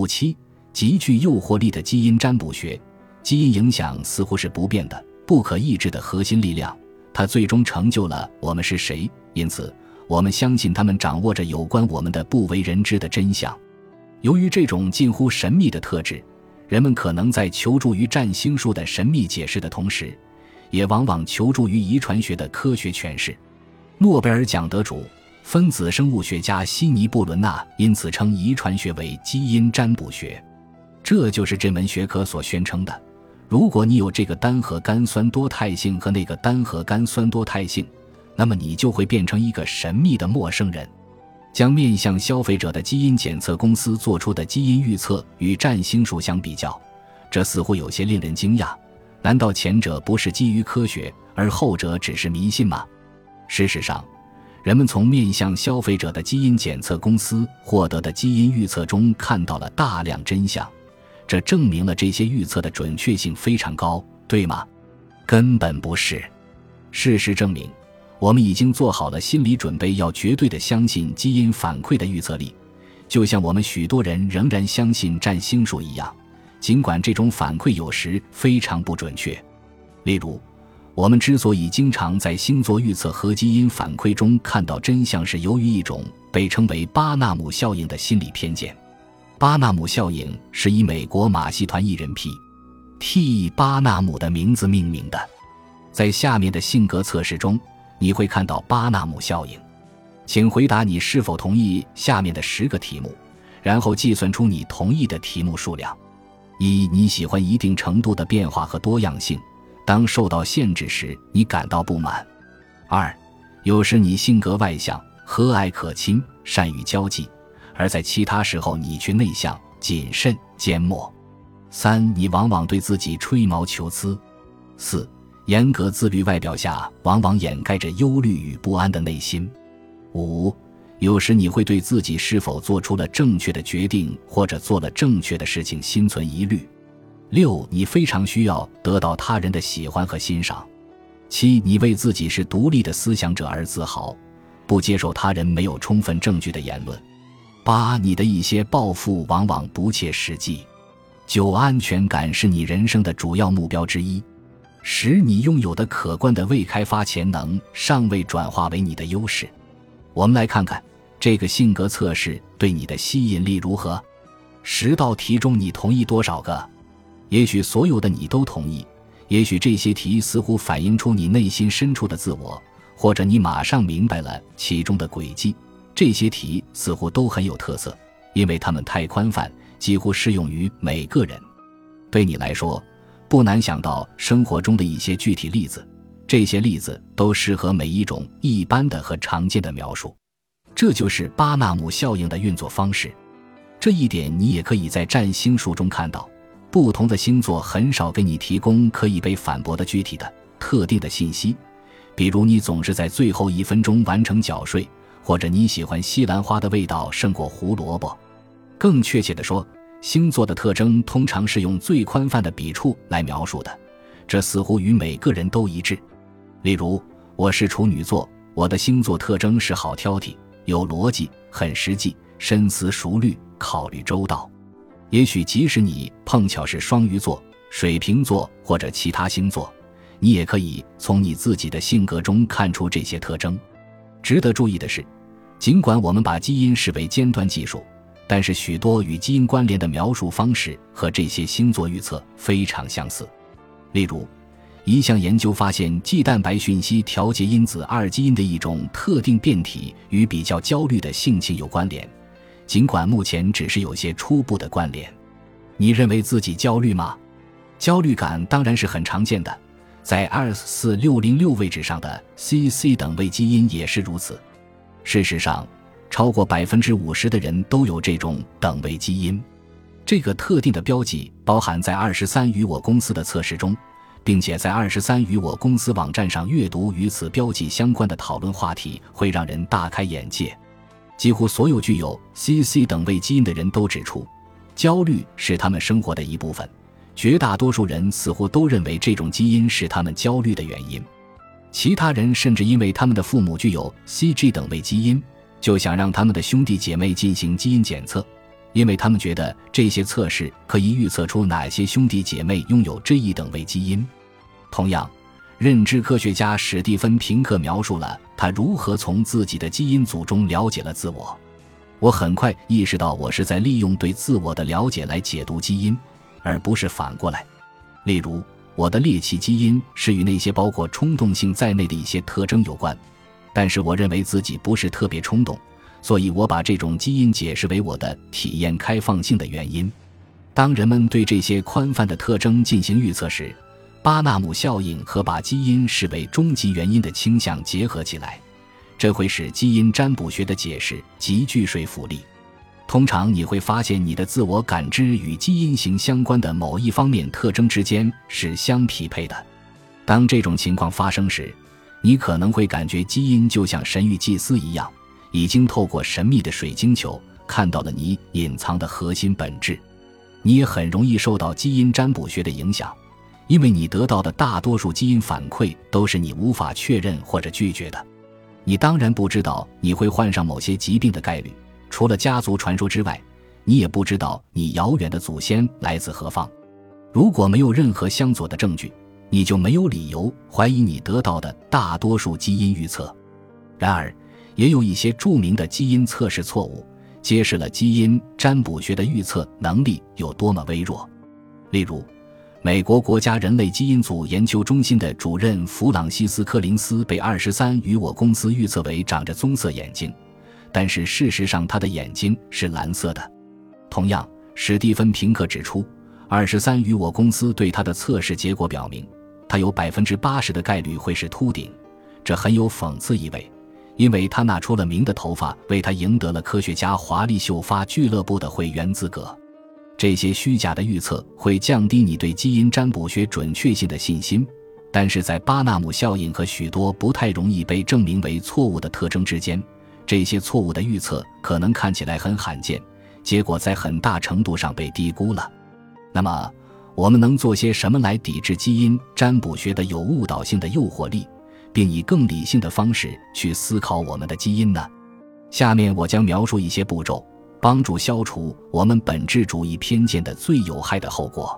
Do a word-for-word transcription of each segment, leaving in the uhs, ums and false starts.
五七极具诱惑力的基因占卜学，基因影响似乎是不变的、不可抑制的核心力量，它最终成就了我们是谁，因此我们相信他们掌握着有关我们的不为人知的真相。由于这种近乎神秘的特质，人们可能在求助于占星术的神秘解释的同时，也往往求助于遗传学的科学诠释。诺贝尔奖得主、分子生物学家悉尼·布伦纳因此称遗传学为基因占卜学。这就是这门学科所宣称的，如果你有这个单核苷酸多态性和那个单核苷酸多态性，那么你就会变成一个神秘的陌生人。将面向消费者的基因检测公司做出的基因预测与占星术相比较，这似乎有些令人惊讶。难道前者不是基于科学，而后者只是迷信吗？事实上，人们从面向消费者的基因检测公司获得的基因预测中看到了大量真相，这证明了这些预测的准确性非常高，对吗？根本不是。事实证明，我们已经做好了心理准备，要绝对地相信基因反馈的预测力，就像我们许多人仍然相信占星术一样，尽管这种反馈有时非常不准确。例如，我们之所以经常在星座预测和基因反馈中看到真相，是由于一种被称为巴纳姆效应的心理偏见。巴纳姆效应是以美国马戏团艺人 P T 巴纳姆的名字命名的。在下面的性格测试中，你会看到巴纳姆效应。请回答你是否同意下面的十个题目，然后计算出你同意的题目数量。一、你喜欢一定程度的变化和多样性，当受到限制时你感到不满。二、有时你性格外向，和蔼可亲，善于交际，而在其他时候你却内向、谨慎、缄默。三、你往往对自己吹毛求疵。四、严格自律外表下往往掩盖着忧虑与不安的内心。五、有时你会对自己是否做出了正确的决定或者做了正确的事情心存疑虑。六、你非常需要得到他人的喜欢和欣赏。七、你为自己是独立的思想者而自豪，不接受他人没有充分证据的言论。八、你的一些抱负往往不切实际。九、安全感是你人生的主要目标之一。十、你拥有的可观的未开发潜能尚未转化为你的优势。我们来看看这个性格测试对你的吸引力如何。十道题中你同意多少个？也许所有的你都同意，也许这些题似乎反映出你内心深处的自我，或者你马上明白了其中的轨迹。这些题似乎都很有特色，因为它们太宽泛，几乎适用于每个人。对你来说，不难想到生活中的一些具体例子，这些例子都适合每一种一般的和常见的描述。这就是巴纳姆效应的运作方式。这一点你也可以在占星术中看到，不同的星座很少给你提供可以被反驳的具体的特定的信息，比如你总是在最后一分钟完成缴税，或者你喜欢西兰花的味道胜过胡萝卜。更确切地说，星座的特征通常是用最宽泛的笔触来描述的，这似乎与每个人都一致。例如，我是处女座，我的星座特征是好挑剔，有逻辑，很实际，深思熟虑，考虑周到。也许即使你碰巧是双鱼座、水瓶座或者其他星座，你也可以从你自己的性格中看出这些特征。值得注意的是，尽管我们把基因视为尖端技术，但是许多与基因关联的描述方式和这些星座预测非常相似。例如，一项研究发现G蛋白讯息调节因子二基因的一种特定变体与比较焦虑的性情有关联，尽管目前只是有些初步的关联。你认为自己焦虑吗？焦虑感当然是很常见的，在二四六零六位置上的 C C 等位基因也是如此。事实上，超过 百分之五十 的人都有这种等位基因。这个特定的标记包含在二十三与我公司的测试中，并且在二十三与我公司网站上阅读与此标记相关的讨论话题，会让人大开眼界。几乎所有具有 C C 等位基因的人都指出，焦虑是他们生活的一部分。绝大多数人似乎都认为这种基因是他们焦虑的原因。其他人甚至因为他们的父母具有 C G 等位基因，就想让他们的兄弟姐妹进行基因检测。 因为他们觉得这些测试可以预测出哪些兄弟姐妹拥有这一等位基因。同样，认知科学家史蒂芬·平克描述了他如何从自己的基因组中了解了自我。我很快意识到，我是在利用对自我的了解来解读基因，而不是反过来。例如，我的猎奇基因是与那些包括冲动性在内的一些特征有关，但是我认为自己不是特别冲动，所以我把这种基因解释为我的体验开放性的原因。当人们对这些宽泛的特征进行预测时，巴纳姆效应和把基因视为终极原因的倾向结合起来，这会使基因占卜学的解释极具说服力。通常你会发现你的自我感知与基因型相关的某一方面特征之间是相匹配的。当这种情况发生时，你可能会感觉基因就像神谕祭司一样，已经透过神秘的水晶球看到了你隐藏的核心本质。你也很容易受到基因占卜学的影响，因为你得到的大多数基因反馈都是你无法确认或者拒绝的。你当然不知道你会患上某些疾病的概率，除了家族传说之外，你也不知道你遥远的祖先来自何方。如果没有任何相左的证据，你就没有理由怀疑你得到的大多数基因预测。然而，也有一些著名的基因测试错误，揭示了基因占卜学的预测能力有多么微弱。例如，美国国家人类基因组研究中心的主任弗朗西斯·柯林斯被二十三与我公司预测为长着棕色眼睛，但是事实上他的眼睛是蓝色的。同样，史蒂芬·平克指出，二十三与我公司对他的测试结果表明，他有 百分之八十 的概率会是秃顶，这很有讽刺意味，因为他那出了名的头发为他赢得了科学家华丽秀发俱乐部的会员资格。这些虚假的预测会降低你对基因占卜学准确性的信心，但是在巴纳姆效应和许多不太容易被证明为错误的特征之间，这些错误的预测可能看起来很罕见，结果在很大程度上被低估了。那么，我们能做些什么来抵制基因占卜学的有误导性的诱惑力，并以更理性的方式去思考我们的基因呢？下面我将描述一些步骤，帮助消除我们本质主义偏见的最有害的后果。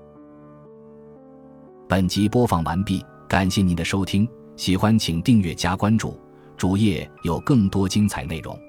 本集播放完毕，感谢您的收听，喜欢请订阅加关注，主页有更多精彩内容。